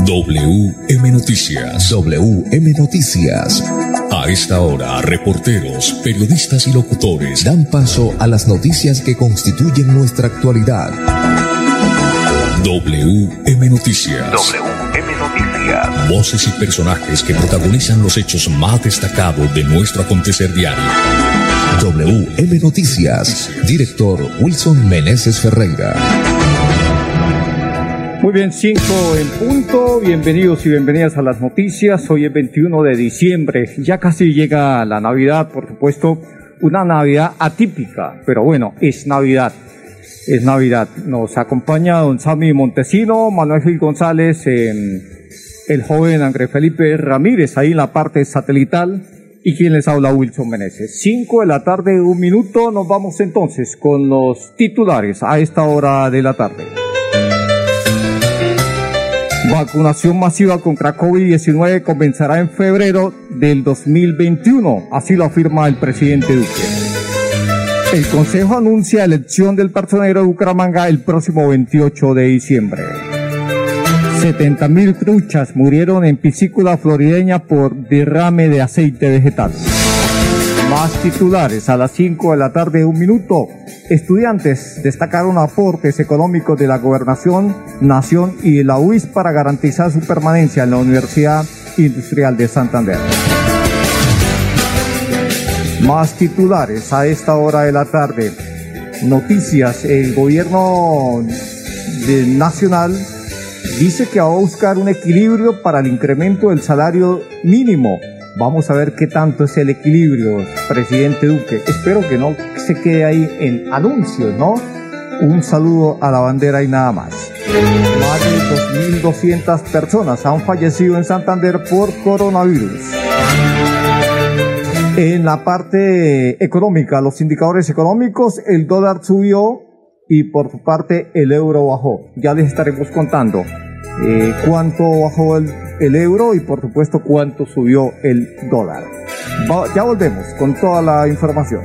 WM Noticias. WM Noticias. A esta hora, reporteros, periodistas y locutores dan paso a las noticias que constituyen nuestra actualidad. WM Noticias. WM Noticias. Voces y personajes que protagonizan los hechos más destacados de nuestro acontecer diario. WM Noticias. Director Wilson Meneses Ferreira. Muy bien, 5 en punto. Bienvenidos y bienvenidas a las noticias. Hoy es 21 de diciembre. Ya casi llega la Navidad, por supuesto. Una Navidad atípica, pero bueno, es Navidad. Es Navidad. Nos acompaña don Sammy Montesino, Manuel Gil González, el joven Andrés Felipe Ramírez, ahí en la parte satelital. Y quien les habla, Wilson Meneses. 5 de la tarde, 1 minuto. Nos vamos entonces con los titulares a esta hora de la tarde. Vacunación masiva contra COVID-19 comenzará en febrero del 2021, así lo afirma el presidente Duque. El Consejo anuncia elección del personero de Bucaramanga el próximo 28 de diciembre. 70.000 truchas murieron en piscícola florideña por derrame de aceite vegetal. Más titulares a las 5 de la tarde, 1 minuto. Estudiantes destacaron aportes económicos de la Gobernación, Nación y de la UIS para garantizar su permanencia en la Universidad Industrial de Santander. Más titulares a esta hora de la tarde. Noticias. El gobierno nacional dice que va a buscar un equilibrio para el incremento del salario mínimo. Vamos a ver qué tanto es el equilibrio, presidente Duque. Espero que no se quede ahí en anuncios, ¿no? Un saludo a la bandera y nada más. Más de 2.200 personas han fallecido en Santander por coronavirus. En la parte económica, los indicadores económicos, el dólar subió y por su parte el euro bajó. Ya les estaremos contando cuánto bajó el euro y por supuesto cuánto subió el dólar. Ya volvemos con toda la información.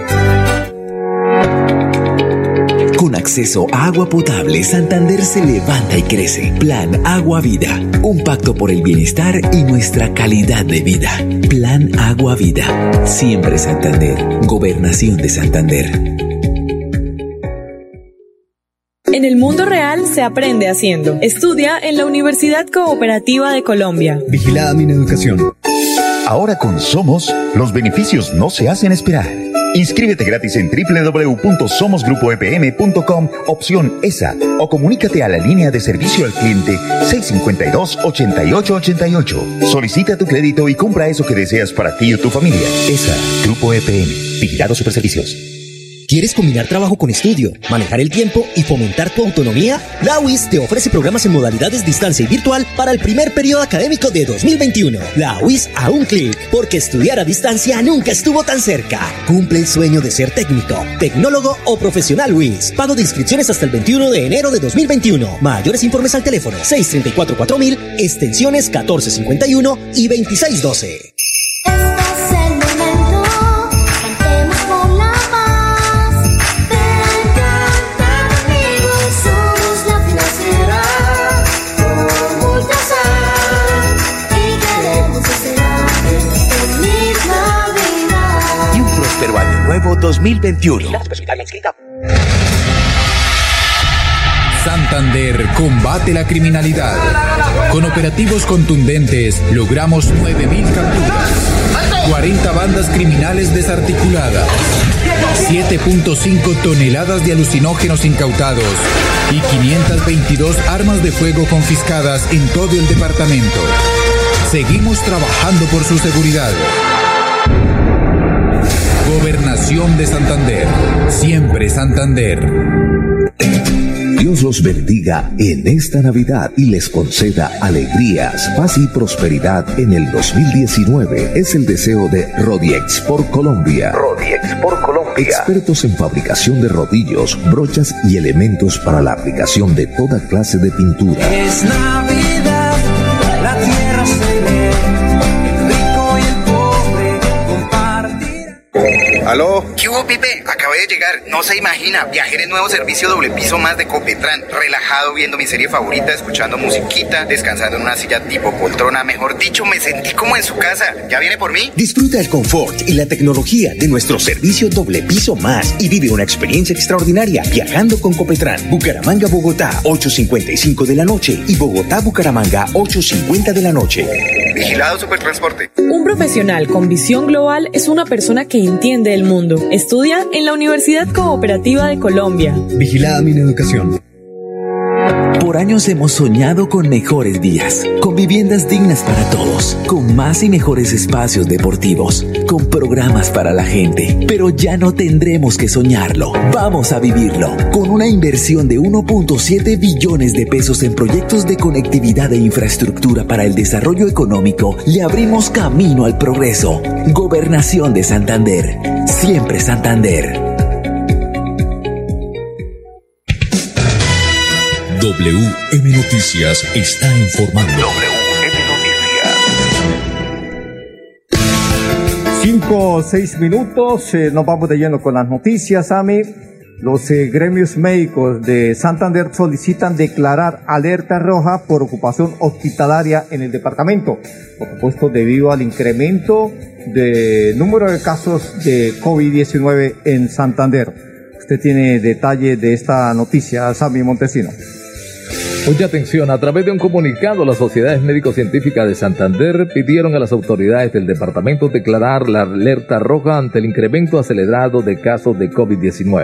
Con acceso a agua potable, Santander se levanta y crece. Plan Agua Vida, un pacto por el bienestar y nuestra calidad de vida. Plan Agua Vida, siempre Santander, Gobernación de Santander. En el mundo real se aprende haciendo. Estudia en la Universidad Cooperativa de Colombia. Vigilada Mineducación. Ahora con Somos, los beneficios no se hacen esperar. Inscríbete gratis en www.somosgrupoepm.com, opción ESA, o comunícate a la línea de servicio al cliente 652-8888. Solicita tu crédito y compra eso que deseas para ti o tu familia. ESA, Grupo EPM, Vigilado Superservicios. ¿Quieres combinar trabajo con estudio, manejar el tiempo y fomentar tu autonomía? La UIS te ofrece programas en modalidades distancia y virtual para el primer periodo académico de 2021. La UIS a un clic, porque estudiar a distancia nunca estuvo tan cerca. Cumple el sueño de ser técnico, tecnólogo o profesional UIS. Pago de inscripciones hasta el 21 de enero de 2021. Mayores informes al teléfono 634-4000, extensiones 1451 y 2612. Nuevo 2021. Santander combate la criminalidad. Con operativos contundentes logramos 9.000 capturas, 40 bandas criminales desarticuladas, 7.5 toneladas de alucinógenos incautados y 522 armas de fuego confiscadas en todo el departamento. Seguimos trabajando por su seguridad. Gobernación de Santander, siempre Santander. Dios los bendiga en esta Navidad y les conceda alegrías, paz y prosperidad en el 2019. Es el deseo de Rodiex por Colombia. Rodiex por Colombia. Expertos en fabricación de rodillos, brochas y elementos para la aplicación de toda clase de pintura. Es Navidad, la tierra se ve, el rico y el pobre compartirán. ¿Aló? ¿Qué hubo, Pipe? Acabé de llegar. No se imagina. Viajé en el nuevo servicio doble piso más de Copetran. Relajado viendo mi serie favorita, escuchando musiquita, descansando en una silla tipo poltrona. Mejor dicho, me sentí como en su casa. ¿Ya viene por mí? Disfruta el confort y la tecnología de nuestro servicio doble piso más y vive una experiencia extraordinaria viajando con Copetran. Bucaramanga, Bogotá, 8:55 de la noche y Bogotá, Bucaramanga, 8:50 de la noche. Vigilado Supertransporte. Un profesional con visión global es una persona que entiende el mundo. Estudia en la Universidad Cooperativa de Colombia. Vigilada Mineducación. Por años hemos soñado con mejores días, con viviendas dignas para todos, con más y mejores espacios deportivos, con programas para la gente. Pero ya no tendremos que soñarlo, vamos a vivirlo. Con una inversión de 1.7 billones de pesos en proyectos de conectividad e infraestructura para el desarrollo económico, le abrimos camino al progreso. Gobernación de Santander, siempre Santander. WM Noticias está informando. WM Noticias. 5 o 6 minutos, nos vamos de lleno con las noticias, Sami. Los gremios médicos de Santander solicitan declarar alerta roja por ocupación hospitalaria en el departamento. Por supuesto, debido al incremento de número de casos de COVID-19 en Santander. Usted tiene detalle de esta noticia, Sami Montesino. Mucha atención, a través de un comunicado, las sociedades médico-científicas de Santander pidieron a las autoridades del departamento declarar la alerta roja ante el incremento acelerado de casos de COVID-19.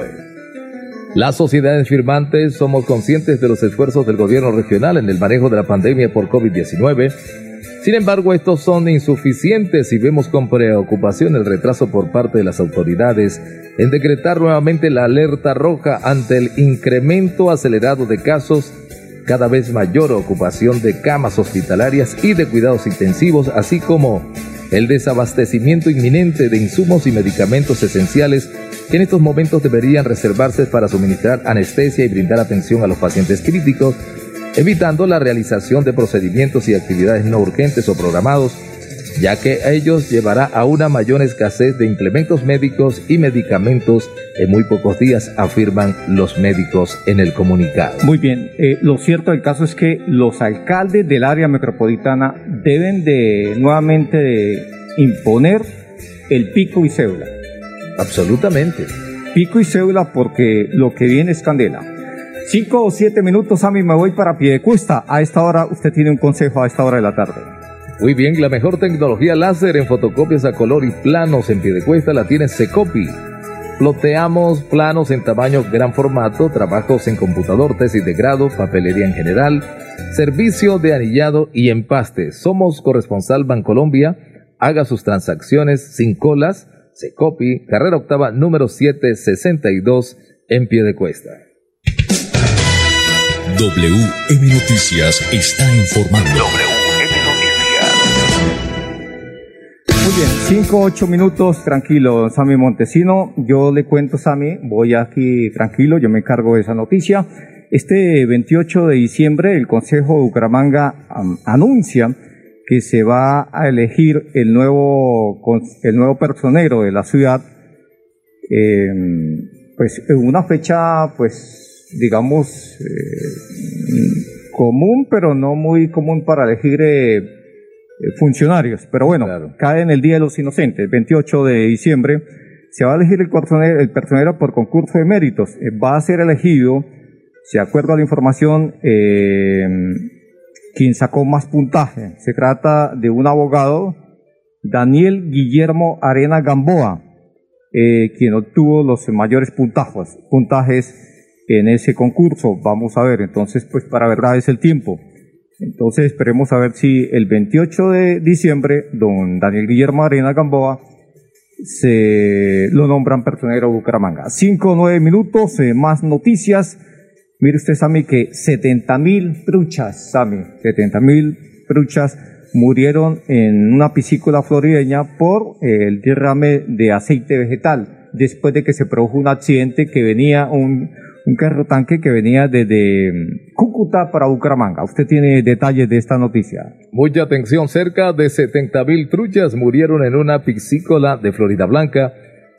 Las sociedades firmantes somos conscientes de los esfuerzos del gobierno regional en el manejo de la pandemia por COVID-19. Sin embargo, estos son insuficientes y vemos con preocupación el retraso por parte de las autoridades en decretar nuevamente la alerta roja ante el incremento acelerado de casos, cada vez mayor ocupación de camas hospitalarias y de cuidados intensivos, así como el desabastecimiento inminente de insumos y medicamentos esenciales que en estos momentos deberían reservarse para suministrar anestesia y brindar atención a los pacientes críticos, evitando la realización de procedimientos y actividades no urgentes o programados, ya que ellos llevará a una mayor escasez de implementos médicos y medicamentos en muy pocos días, afirman los médicos en el comunicado. Muy bien, lo cierto del caso es que los alcaldes del área metropolitana deben de nuevamente de imponer el pico y cédula. Absolutamente. Pico y cédula, porque lo que viene es candela. 5 o 7 minutos, a mí me voy para Piedecuesta. A esta hora, usted tiene un consejo a esta hora de la tarde. Muy bien, la mejor tecnología láser en fotocopias a color y planos en Piedecuesta la tiene Secopi. Ploteamos planos en tamaño gran formato, trabajos en computador, tesis de grado, papelería en general, servicio de anillado y empaste. Somos corresponsal Bancolombia. Haga sus transacciones sin colas. Secopi, carrera octava, número 762 en Piedecuesta. WM Noticias está informando. Muy bien, 5 o 8 minutos, tranquilo, Sami Montesino. Yo le cuento, Sami, voy aquí tranquilo, yo me encargo de esa noticia. Este 28 de diciembre el Consejo de Bucaramanga anuncia que se va a elegir el nuevo personero de la ciudad, pues en una fecha, pues digamos, común, pero no muy común para elegir funcionarios, pero bueno, claro, cae en el Día de los Inocentes, 28 de diciembre, se va a elegir el personero por concurso de méritos. Va a ser elegido, de acuerdo a la información, quien sacó más puntaje. Se trata de un abogado, Daniel Guillermo Arena Gamboa, quien obtuvo los mayores puntajes en ese concurso. Vamos a ver, entonces, pues para verdad es el tiempo. Entonces esperemos a ver si el 28 de diciembre don Daniel Guillermo Arena Gamboa se lo nombran personero de Bucaramanga. 5 o 9 minutos, más noticias. Mire usted, Sami, que 70.000 truchas, Sami, 70.000 truchas murieron en una piscícola florideña por el derrame de aceite vegetal, después de que se produjo un accidente que venía, un carro tanque que venía desde Cúcuta para Bucaramanga. Usted tiene detalles de esta noticia. Mucha atención, cerca de 70.000 truchas murieron en una piscícola de Florida Blanca,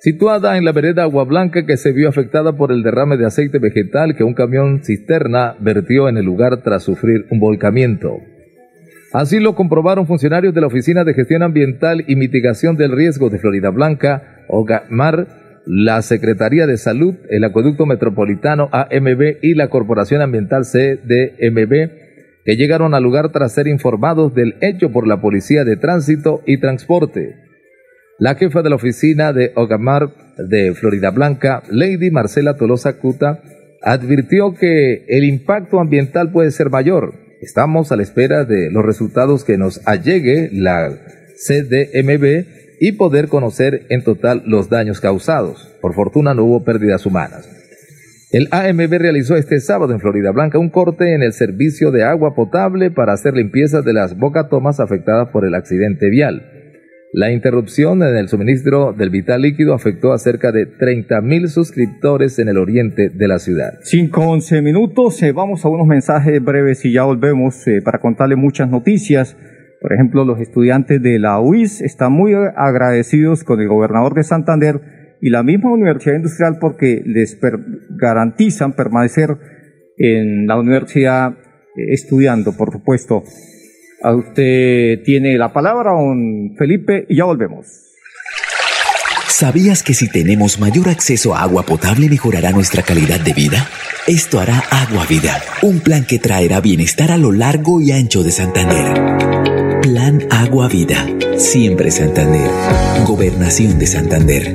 situada en la vereda Agua Blanca, que se vio afectada por el derrame de aceite vegetal que un camión cisterna vertió en el lugar tras sufrir un volcamiento. Así lo comprobaron funcionarios de la Oficina de Gestión Ambiental y Mitigación del Riesgo de Floridablanca, OGAMAR, la Secretaría de Salud, el Acueducto Metropolitano AMB y la Corporación Ambiental CDMB, que llegaron al lugar tras ser informados del hecho por la Policía de Tránsito y Transporte. La jefa de la oficina de OGAMAR de Floridablanca, Lady Marcela Tolosa Cuta, advirtió que el impacto ambiental puede ser mayor. Estamos a la espera de los resultados que nos allegue la CDMB y poder conocer en total los daños causados. Por fortuna no hubo pérdidas humanas. El AMB realizó este sábado en Floridablanca un corte en el servicio de agua potable para hacer limpieza de las bocatomas afectadas por el accidente vial. La interrupción en el suministro del vital líquido afectó a cerca de 30,000 suscriptores en el oriente de la ciudad. 5:11 minutos, vamos a unos mensajes breves y ya volvemos para contarle muchas noticias. Por ejemplo, los estudiantes de la UIS están muy agradecidos con el gobernador de Santander y la misma Universidad Industrial porque les garantizan permanecer en la universidad estudiando, por supuesto. Usted tiene la palabra, don Felipe, y ya volvemos. ¿Sabías que si tenemos mayor acceso a agua potable mejorará nuestra calidad de vida? Esto hará Agua Vida, un plan que traerá bienestar a lo largo y ancho de Santander. Plan Agua Vida, siempre Santander. Gobernación de Santander.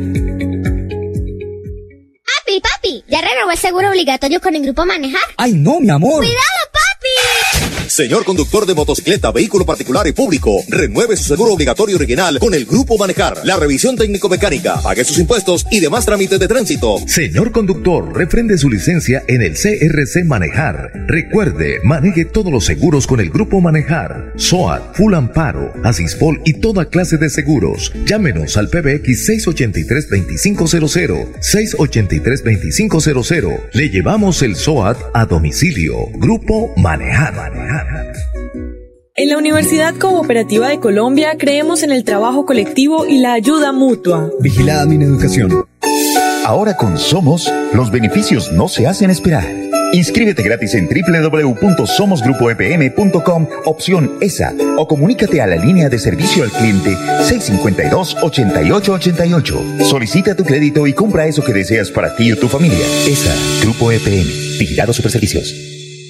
Papi, ¿ya renovó el seguro obligatorio con el Grupo Manejar? ¡Ay, no, mi amor! ¡Cuidado, papi! Señor conductor de motocicleta, vehículo particular y público, renueve su seguro obligatorio original con el Grupo Manejar. La revisión técnico-mecánica, pague sus impuestos y demás trámites de tránsito. Señor conductor, refrende su licencia en el CRC Manejar. Recuerde, maneje todos los seguros con el Grupo Manejar. SOAT, Full Amparo, Asispol y toda clase de seguros. Llámenos al PBX 683-2500, 683-2500. Le llevamos el SOAT a domicilio. Grupo Manejar. En la Universidad Cooperativa de Colombia creemos en el trabajo colectivo y la ayuda mutua. Vigilada Mineducación. Ahora con Somos, los beneficios no se hacen esperar. Inscríbete gratis en www.somosgrupoepm.com, opción ESA, o comunícate a la línea de servicio al cliente 652-8888. Solicita tu crédito y compra eso que deseas para ti o tu familia. ESA, Grupo EPM, Vigilado Superservicios.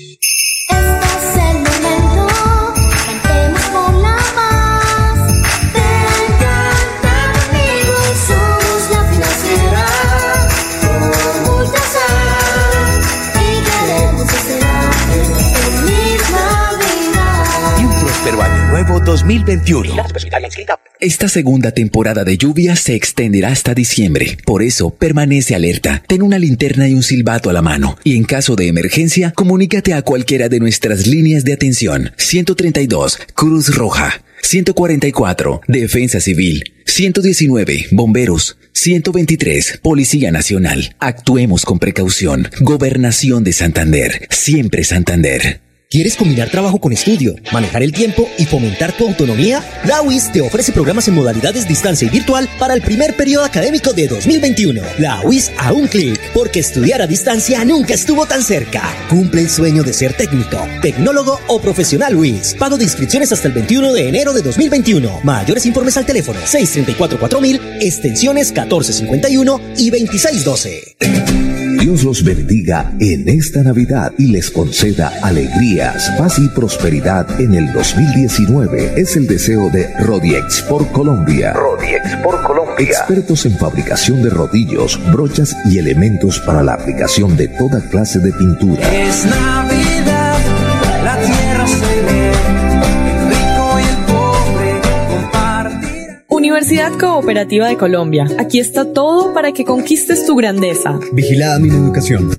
Nuevo 2021. Esta segunda temporada de lluvia se extenderá hasta diciembre. Por eso, permanece alerta. Ten una linterna y un silbato a la mano. Y en caso de emergencia, comunícate a cualquiera de nuestras líneas de atención. 132, Cruz Roja. 144, Defensa Civil. 119, Bomberos. 123, Policía Nacional. Actuemos con precaución. Gobernación de Santander. Siempre Santander. ¿Quieres combinar trabajo con estudio, manejar el tiempo y fomentar tu autonomía? La UIS te ofrece programas en modalidades distancia y virtual para el primer periodo académico de 2021. La UIS a un clic, porque estudiar a distancia nunca estuvo tan cerca. Cumple el sueño de ser técnico, tecnólogo o profesional UIS. Pago de inscripciones hasta el 21 de enero de 2021. Mayores informes al teléfono 634-4000, extensiones 1451 y 2612. Dios los bendiga en esta Navidad y les conceda alegrías, paz y prosperidad en el 2019. Es el deseo de Rodiexport Colombia. Rodiexport Colombia. Expertos en fabricación de rodillos, brochas y elementos para la aplicación de toda clase de pintura. Es Navidad, la tierra se ve, el rico y el pobre compartirán. Universidad Cooperativa de Colombia. Aquí está todo para que conquistes tu grandeza. Vigilada Mineducación.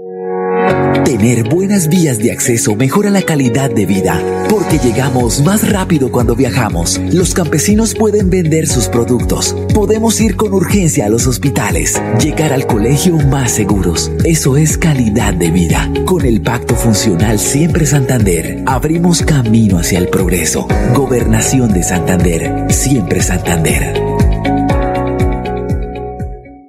Tener buenas vías de acceso mejora la calidad de vida, porque llegamos más rápido cuando viajamos. Los campesinos pueden vender sus productos. Podemos ir con urgencia a los hospitales. Llegar al colegio más seguros. Eso es calidad de vida. Con el Pacto Funcional Siempre Santander, abrimos camino hacia el progreso. Gobernación de Santander. Siempre Santander.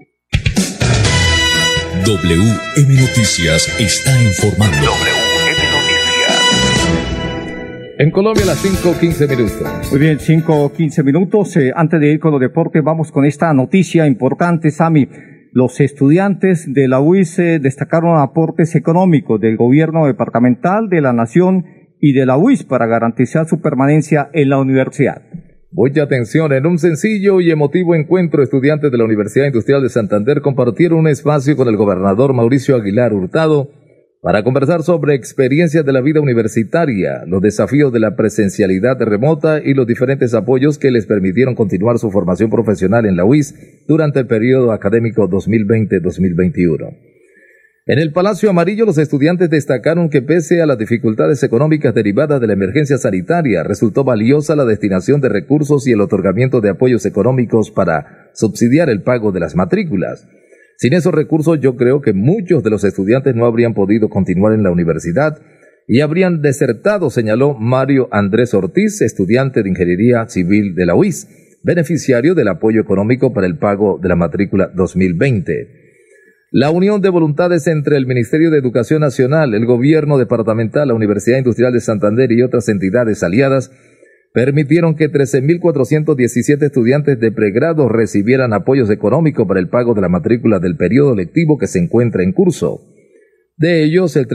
WM Noticias está informando. WM Noticias. En Colombia, las 5:15 minutos. Muy bien, 5:15 minutos. Antes de ir con los deportes, vamos con esta noticia importante, Sami. Los estudiantes de la UIS destacaron aportes económicos del gobierno departamental, de la nación y de la UIS para garantizar su permanencia en la universidad. Mucha atención, en un sencillo y emotivo encuentro, estudiantes de la Universidad Industrial de Santander compartieron un espacio con el gobernador Mauricio Aguilar Hurtado para conversar sobre experiencias de la vida universitaria, los desafíos de la presencialidad remota y los diferentes apoyos que les permitieron continuar su formación profesional en la UIS durante el periodo académico 2020-2021. En el Palacio Amarillo, los estudiantes destacaron que pese a las dificultades económicas derivadas de la emergencia sanitaria, resultó valiosa la destinación de recursos y el otorgamiento de apoyos económicos para subsidiar el pago de las matrículas. Sin esos recursos, yo creo que muchos de los estudiantes no habrían podido continuar en la universidad y habrían desertado, señaló Mario Andrés Ortiz, estudiante de Ingeniería Civil de la UIS, beneficiario del apoyo económico para el pago de la matrícula 2020. La unión de voluntades entre el Ministerio de Educación Nacional, el Gobierno Departamental, la Universidad Industrial de Santander y otras entidades aliadas permitieron que 13.417 estudiantes de pregrado recibieran apoyos económicos para el pago de la matrícula del periodo lectivo que se encuentra en curso. De ellos, el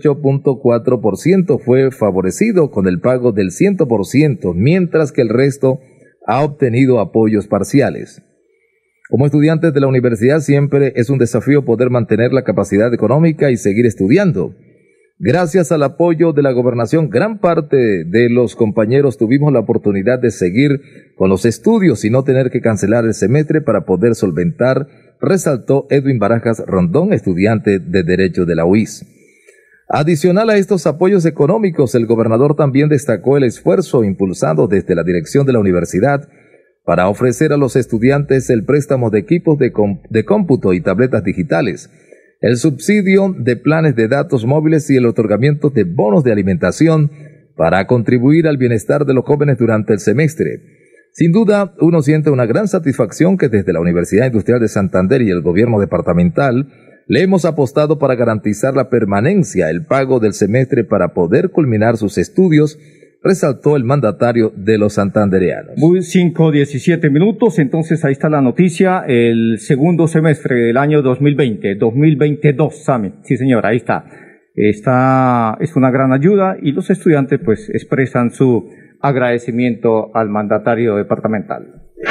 38.4% fue favorecido con el pago del 100%, mientras que el resto ha obtenido apoyos parciales. Como estudiantes de la universidad siempre es un desafío poder mantener la capacidad económica y seguir estudiando. Gracias al apoyo de la gobernación, gran parte de los compañeros tuvimos la oportunidad de seguir con los estudios y no tener que cancelar el semestre para poder solventar, resaltó Edwin Barajas Rondón, estudiante de Derecho de la UIS. Adicional a estos apoyos económicos, el gobernador también destacó el esfuerzo impulsado desde la dirección de la universidad para ofrecer a los estudiantes el préstamo de equipos de cómputo y tabletas digitales, el subsidio de planes de datos móviles y el otorgamiento de bonos de alimentación para contribuir al bienestar de los jóvenes durante el semestre. Sin duda, uno siente una gran satisfacción que desde la Universidad Industrial de Santander y el gobierno departamental le hemos apostado para garantizar la permanencia, el pago del semestre para poder culminar sus estudios, resaltó el mandatario de los santandereanos. Muy 5:17 minutos, entonces ahí está la noticia, el segundo semestre del año 2022, Sami. Sí, señor, ahí está. Es una gran ayuda y los estudiantes pues expresan su agradecimiento al mandatario departamental.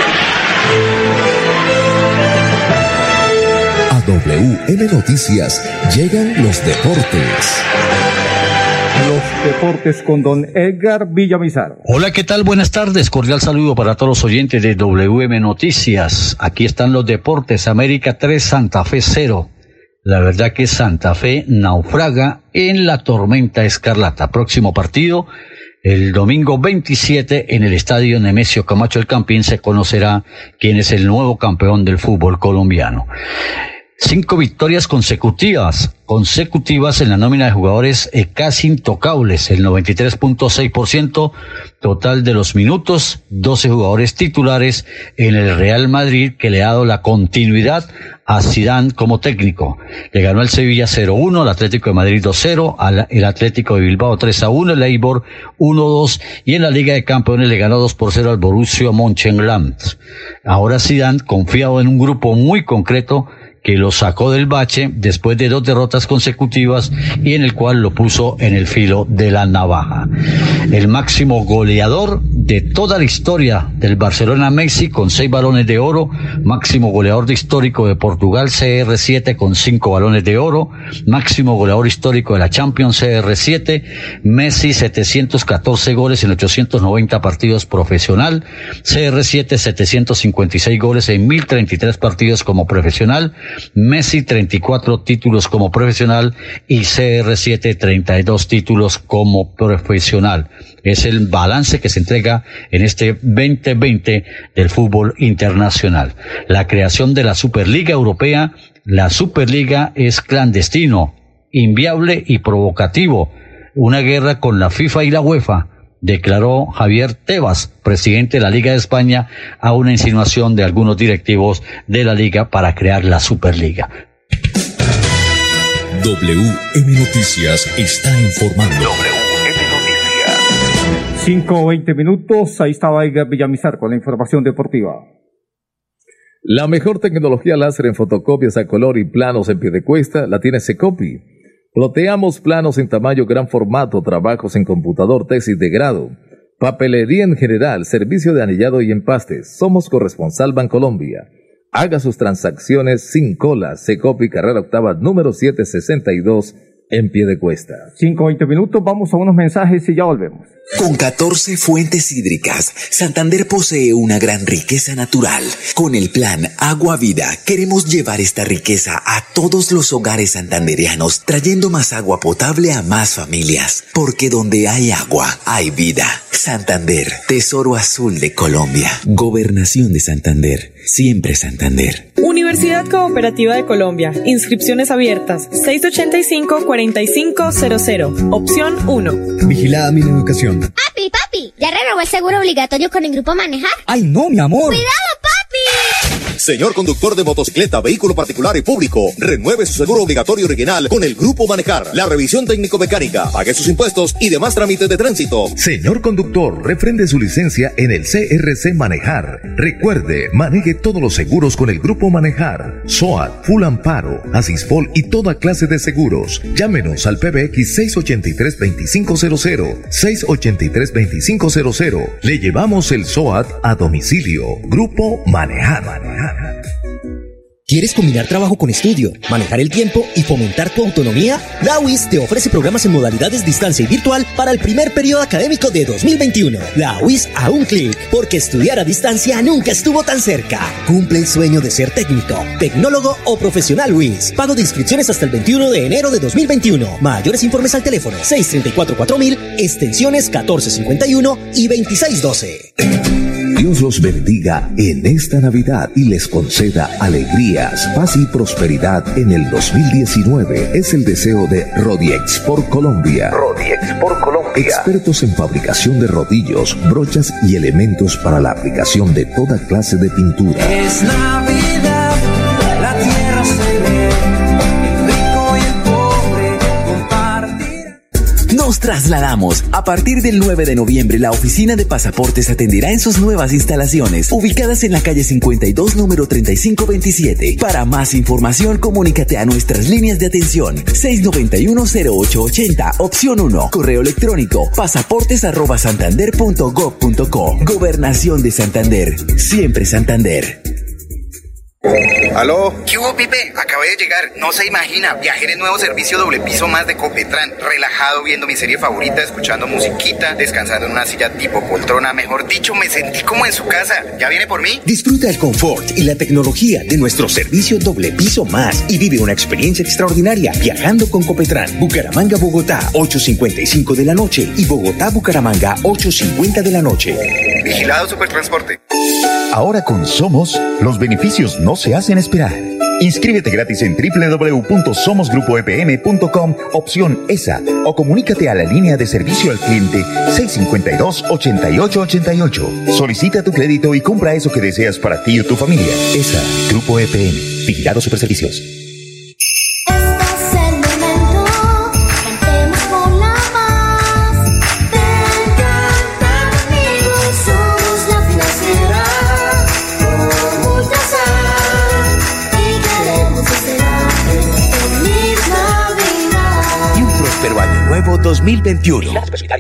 A WM Noticias llegan los deportes. Los deportes con don Edgar Villamizar. Hola, ¿qué tal? Buenas tardes. Cordial saludo para todos los oyentes de WM Noticias. Aquí están los deportes. América 3, Santa Fe 0. La verdad que Santa Fe naufraga en la tormenta escarlata. Próximo partido, el domingo 27, en el estadio Nemesio Camacho El Campín, se conocerá quién es el nuevo campeón del fútbol colombiano. 5 victorias consecutivas en la nómina de jugadores casi intocables, el 93.6% total de los minutos, 12 jugadores titulares en el Real Madrid, que le ha dado la continuidad a Zidane como técnico. Le ganó el Sevilla 0-1, al Atlético de Madrid 2-0, el Atlético de Bilbao 3-1, el Eibar 1-2 y en la Liga de Campeones le ganó 2-0 al Borussia Mönchengladbach. Ahora Zidane, confiado en un grupo muy concreto, que lo sacó del bache después de 2 derrotas consecutivas y en el cual lo puso en el filo de la navaja. El máximo goleador de toda la historia del Barcelona, Messi, con 6 balones de oro, máximo goleador histórico de Portugal, CR7, con 5 balones de oro, máximo goleador histórico de la Champions, CR7, Messi, 714 goles en 890 partidos profesional, CR7, 756 goles en 1033 partidos como profesional, Messi 34 títulos como profesional y CR7 32 títulos como profesional. Es el balance que se entrega en este 2020 del fútbol internacional. La creación de la Superliga Europea, la Superliga es clandestino, inviable y provocativo. Una guerra con la FIFA y la UEFA, declaró Javier Tebas, presidente de la Liga de España, a una insinuación de algunos directivos de la Liga para crear la Superliga. WM Noticias está informando. 5:20 minutos, ahí estaba Edgar Villamizar con la información deportiva. La mejor tecnología láser en fotocopias a color y planos en Piedecuesta la tiene Secopi. Ploteamos planos en tamaño gran formato, trabajos en computador, tesis de grado, papelería en general, servicio de anillado y empastes. Somos corresponsal Bancolombia. Haga sus transacciones sin cola. Secopi, carrera octava, número 762, en Piedecuesta. 5:20 minutos, vamos a unos mensajes y ya volvemos. Con 14 fuentes hídricas, Santander posee una gran riqueza natural. Con el plan Agua Vida, queremos llevar esta riqueza a todos los hogares santandereanos, trayendo más agua potable a más familias. Porque donde hay agua, hay vida. Santander, Tesoro Azul de Colombia. Gobernación de Santander, siempre Santander. Universidad Cooperativa de Colombia. Inscripciones abiertas. 685-4500. Opción 1. Vigilada mi educación. Papi, ¿ya renovó el seguro obligatorio con el Grupo Manejar? ¡Ay, no, mi amor! ¡Cuidado, papi! Señor conductor de motocicleta, vehículo particular y público, renueve su seguro obligatorio original con el Grupo Manejar. La revisión técnico-mecánica, pague sus impuestos y demás trámites de tránsito. Señor conductor, refrende su licencia en el CRC Manejar. Recuerde, maneje todos los seguros con el Grupo Manejar. SOAT, Full Amparo, Asispol y toda clase de seguros. Llámenos al PBX 683-2500, 683-2500. Le llevamos el SOAT a domicilio. Grupo Manejar. ¿Quieres combinar trabajo con estudio, manejar el tiempo y fomentar tu autonomía? La UIS te ofrece programas en modalidades distancia y virtual para el primer periodo académico de 2021. La UIS a un clic, porque estudiar a distancia nunca estuvo tan cerca. Cumple el sueño de ser técnico, tecnólogo o profesional UIS. Pago de inscripciones hasta el 21 de enero de 2021. Mayores informes al teléfono 634-4000, extensiones 1451 y 2612. Dios los bendiga en esta Navidad y les conceda alegrías, paz y prosperidad en el 2019. Es el deseo de Rodiexport Colombia. Rodiexport Colombia. Expertos en fabricación de rodillos, brochas y elementos para la aplicación de toda clase de pintura. Es Navidad, la tierra se ve, el rico y el pobre compartirán. Nos trasladamos. A partir del 9 de noviembre, la oficina de pasaportes atenderá en sus nuevas instalaciones, ubicadas en la calle 52, número 3527. Para más información, comunícate a nuestras líneas de atención. 691-0880, opción 1. Correo electrónico, pasaportes@santander.gov.co. Gobernación de Santander. Siempre Santander. ¿Aló? ¿Qué hubo, Pipe? Acabé de llegar. No se imagina. Viajé en el nuevo servicio doble piso más de Copetran. Relajado viendo mi serie favorita, escuchando musiquita, descansando en una silla tipo poltrona. Mejor dicho, me sentí como en su casa. ¿Ya viene por mí? Disfruta el confort y la tecnología de nuestro servicio doble piso más y vive una experiencia extraordinaria viajando con Copetran. Bucaramanga-Bogotá, 8:55 de la noche y Bogotá-Bucaramanga, 8:50 de la noche. Vigilado Supertransporte. Ahora con Somos, los beneficios no se hacen esperar. Inscríbete gratis en www.somosgrupoepm.com, opción ESA, o comunícate a la línea de servicio al cliente 652-8888. Solicita tu crédito y compra eso que deseas para ti o tu familia. ESA, Grupo EPM, Vigilado Superservicios. Nuevo 2021.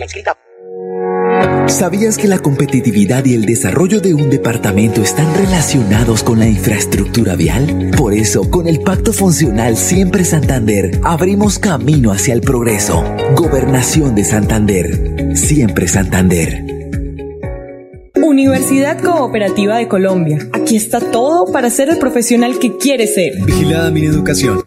¿Sabías que la competitividad y el desarrollo de un departamento están relacionados con la infraestructura vial? Por eso, con el Pacto Funcional Siempre Santander, abrimos camino hacia el progreso. Gobernación de Santander. Siempre Santander. Universidad Cooperativa de Colombia. Aquí está todo para ser el profesional que quieres ser. Vigilada mi educación.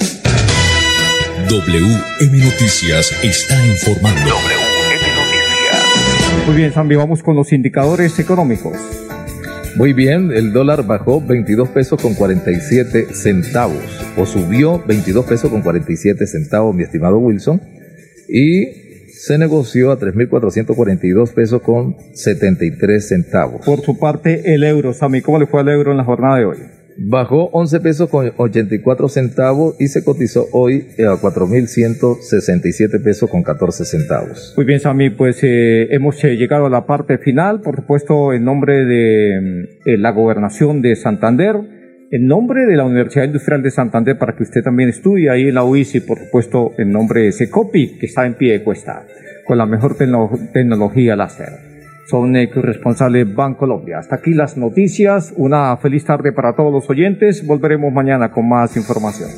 WM Noticias está informando. WM Noticias. Muy bien, Sammy, vamos con los indicadores económicos. Muy bien, el dólar bajó 22 pesos con 47 centavos, o subió 22 pesos con 47 centavos, mi estimado Wilson, y se negoció a 3.442 pesos con 73 centavos. Por su parte, el euro, Sammy, ¿cómo le fue al euro en la jornada de hoy? Bajó 11 pesos con 84 centavos y se cotizó hoy a 4.167 pesos con 14 centavos. Muy bien, Sammy, pues hemos llegado a la parte final, por supuesto, en nombre de la Gobernación de Santander, en nombre de la Universidad Industrial de Santander, para que usted también estudie ahí en la UIS, y por supuesto en nombre de Secopi, que está en pie de cuesta, con la mejor tecnología láser. Son corresponsables Bancolombia. Hasta aquí las noticias. Una feliz tarde para todos los oyentes. Volveremos mañana con más información.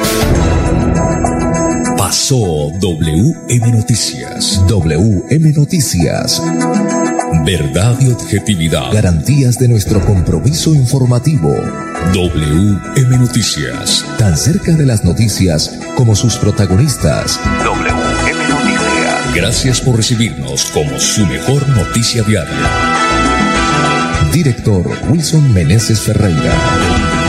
Pasó WM Noticias. WM Noticias. Verdad y objetividad. Garantías de nuestro compromiso informativo. WM Noticias. Tan cerca de las noticias como sus protagonistas. WM Noticias. Gracias por recibirnos como su mejor noticia diaria. Director Wilson Meneses Ferreira.